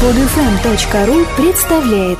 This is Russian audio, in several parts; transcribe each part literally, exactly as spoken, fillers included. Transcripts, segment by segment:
под эф эм точка ру представляет.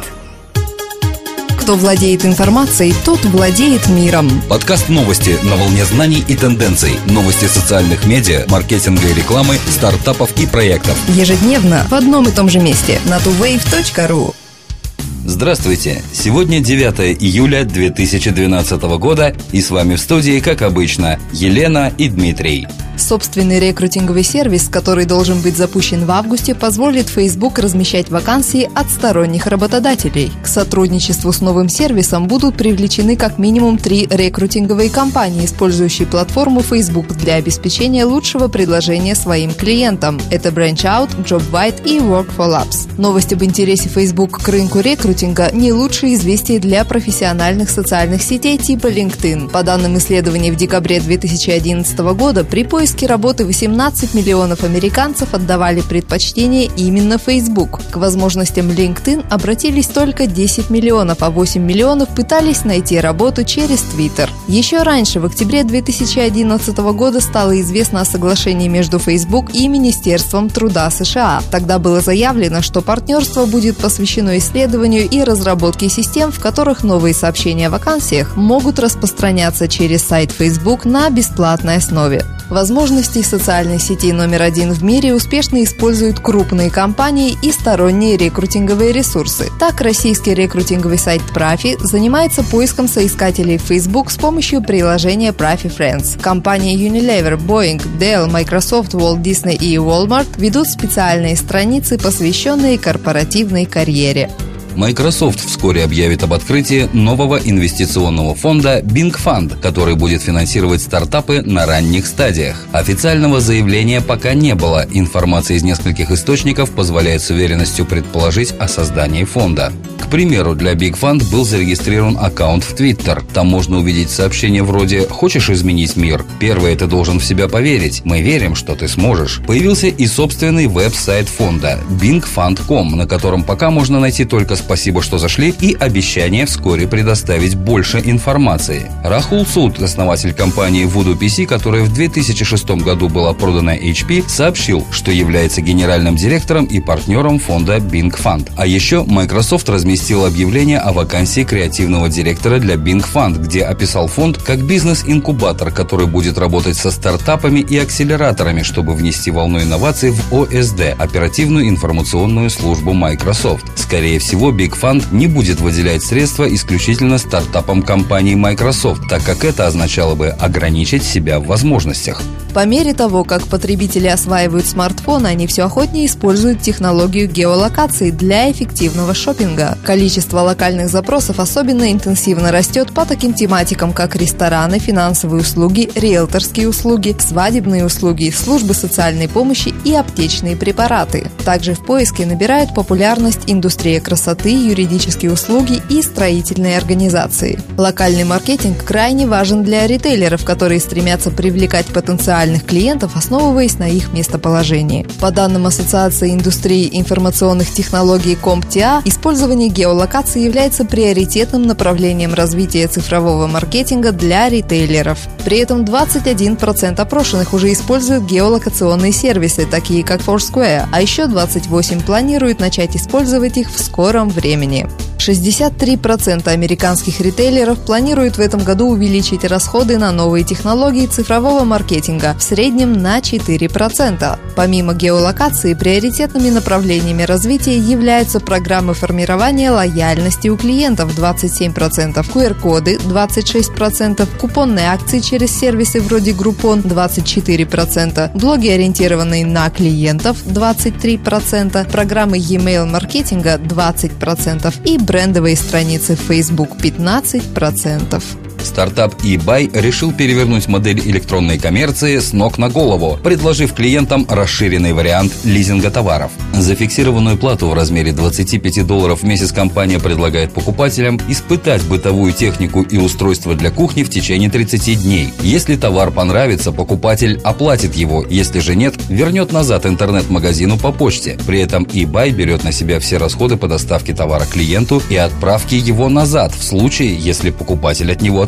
Кто владеет информацией, тот владеет миром. Подкаст «Новости» на волне знаний и тенденций. Новости социальных медиа, маркетинга и рекламы, стартапов и проектов. Ежедневно в одном и том же месте на ту вейв точка ру. Здравствуйте! Сегодня девятое июля две тысячи двенадцатого года, и с вами в студии, как обычно, Елена и Дмитрий. Собственный рекрутинговый сервис, который должен быть запущен в августе, позволит Facebook размещать вакансии от сторонних работодателей. К сотрудничеству с новым сервисом будут привлечены как минимум три рекрутинговые компании, использующие платформу Facebook для обеспечения лучшего предложения своим клиентам. Это BranchOut, JobVite и Work4Labs. Новость об интересе Facebook к рынку рекрутинга – не лучшее известие для профессиональных социальных сетей типа LinkedIn. По данным исследований в декабре две тысячи одиннадцатого года, при поиске В поиске работы восемнадцать миллионов американцев отдавали предпочтение именно Facebook. К возможностям LinkedIn обратились только десять миллионов, а восемь миллионов пытались найти работу через Twitter. Еще раньше, в октябре две тысячи одиннадцатого года, стало известно о соглашении между Facebook и Министерством труда США. Тогда было заявлено, что партнерство будет посвящено исследованию и разработке систем, в которых новые сообщения о вакансиях могут распространяться через сайт Facebook на бесплатной основе. Возможности социальной сети номер один в мире успешно используют крупные компании и сторонние рекрутинговые ресурсы. Так, российский рекрутинговый сайт Prafi занимается поиском соискателей в Facebook с помощью приложения Prafi Friends. Компании Unilever, Boeing, Dell, Microsoft, Walt Disney и Walmart ведут специальные страницы, посвященные корпоративной карьере. Microsoft вскоре объявит об открытии нового инвестиционного фонда Bing Fund, который будет финансировать стартапы на ранних стадиях. Официального заявления пока не было. Информация из нескольких источников позволяет с уверенностью предположить о создании фонда. К примеру, для Big Fund был зарегистрирован аккаунт в Twitter. Там можно увидеть сообщения вроде «Хочешь изменить мир? Первое, ты должен в себя поверить. Мы верим, что ты сможешь». Появился и собственный веб-сайт фонда бинг фанд точка ком, на котором пока можно найти только «Спасибо, что зашли» и обещание вскоре предоставить больше информации. Рахул Суд, основатель компании Voodoo пи си, которая в две тысячи шестом году была продана эйч пи, сообщил, что является генеральным директором и партнером фонда Bing Fund. А еще Microsoft разместил объявление о вакансии креативного директора для Bing Fund, где описал фонд как бизнес-инкубатор, который будет работать со стартапами и акселераторами, чтобы внести волну инноваций в о эс ди – оперативную информационную службу Microsoft. Скорее всего, Big Fund не будет выделять средства исключительно стартапам компании Microsoft, так как это означало бы ограничить себя в возможностях. По мере того, как потребители осваивают смартфоны, они все охотнее используют технологию геолокации для эффективного шопинга. Количество локальных запросов особенно интенсивно растет по таким тематикам, как рестораны, финансовые услуги, риэлторские услуги, свадебные услуги, службы социальной помощи и аптечные препараты. Также в поиске набирают популярность индустрия красоты, юридические услуги и строительные организации. Локальный маркетинг крайне важен для ритейлеров, которые стремятся привлекать потенциальных клиентов, основываясь на их местоположении. По данным Ассоциации индустрии информационных технологий КомТИА, использование геолокации является приоритетным направлением развития цифрового маркетинга для ритейлеров. При этом двадцать один процент опрошенных уже используют геолокационные сервисы, такие как Foursquare, а еще двадцать восемь процентов планируют начать использовать их в скором времени. шестьдесят три процента американских ритейлеров планируют в этом году увеличить расходы на новые технологии цифрового маркетинга в среднем на четыре процента. Помимо геолокации, приоритетными направлениями развития являются программы формирования лояльности у клиентов двадцать семь процентов, ку ар-коды двадцать шесть процентов, купонные акции через сервисы вроде Groupon двадцать четыре процента, блоги, ориентированные на клиентов двадцать три процента, программы e-mail маркетинга двадцать процентов и брендовые страницы в Facebook пятнадцать процентов. Стартап eBuy решил перевернуть модель электронной коммерции с ног на голову, предложив клиентам расширенный вариант лизинга товаров. За фиксированную плату в размере двадцать пять долларов в месяц компания предлагает покупателям испытать бытовую технику и устройства для кухни в течение тридцати дней. Если товар понравится, покупатель оплатит его, если же нет, вернет назад интернет-магазину по почте. При этом eBuy берет на себя все расходы по доставке товара клиенту и отправке его назад в случае, если покупатель от него отказывается.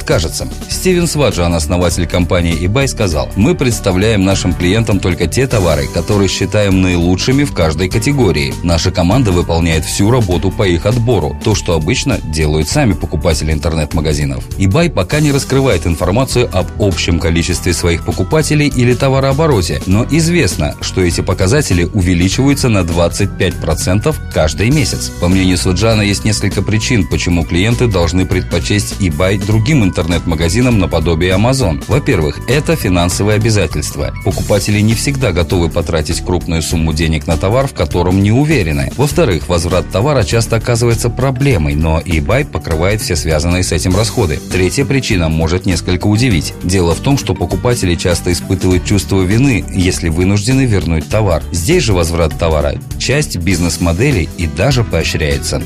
откажется. Стивен Сваджиан, основатель компании eBay, сказал: «Мы представляем нашим клиентам только те товары, которые считаем наилучшими в каждой категории. Наша команда выполняет всю работу по их отбору, то, что обычно делают сами покупатели интернет-магазинов». eBay пока не раскрывает информацию об общем количестве своих покупателей или товарообороте, но известно, что эти показатели увеличиваются на двадцать пять процентов каждый месяц. По мнению Сваджиана, есть несколько причин, почему клиенты должны предпочесть eBay другим интернет-магазинам наподобие Amazon. Во-первых, это финансовые обязательства. Покупатели не всегда готовы потратить крупную сумму денег на товар, в котором не уверены. Во-вторых, возврат товара часто оказывается проблемой, но eBay покрывает все связанные с этим расходы. Третья причина может несколько удивить. Дело в том, что покупатели часто испытывают чувство вины, если вынуждены вернуть товар. Здесь же возврат товара – часть бизнес-модели и даже поощряется.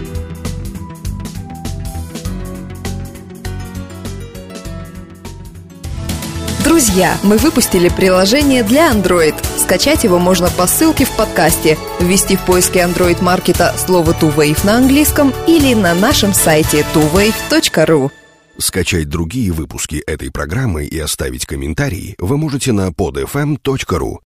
Друзья, мы выпустили приложение для Android. Скачать его можно по ссылке в подкасте, ввести в поиске Android маркета слово two wave на английском или на нашем сайте two wave точка ru. Скачать другие выпуски этой программы и оставить комментарии вы можете на под эф эм точка ру.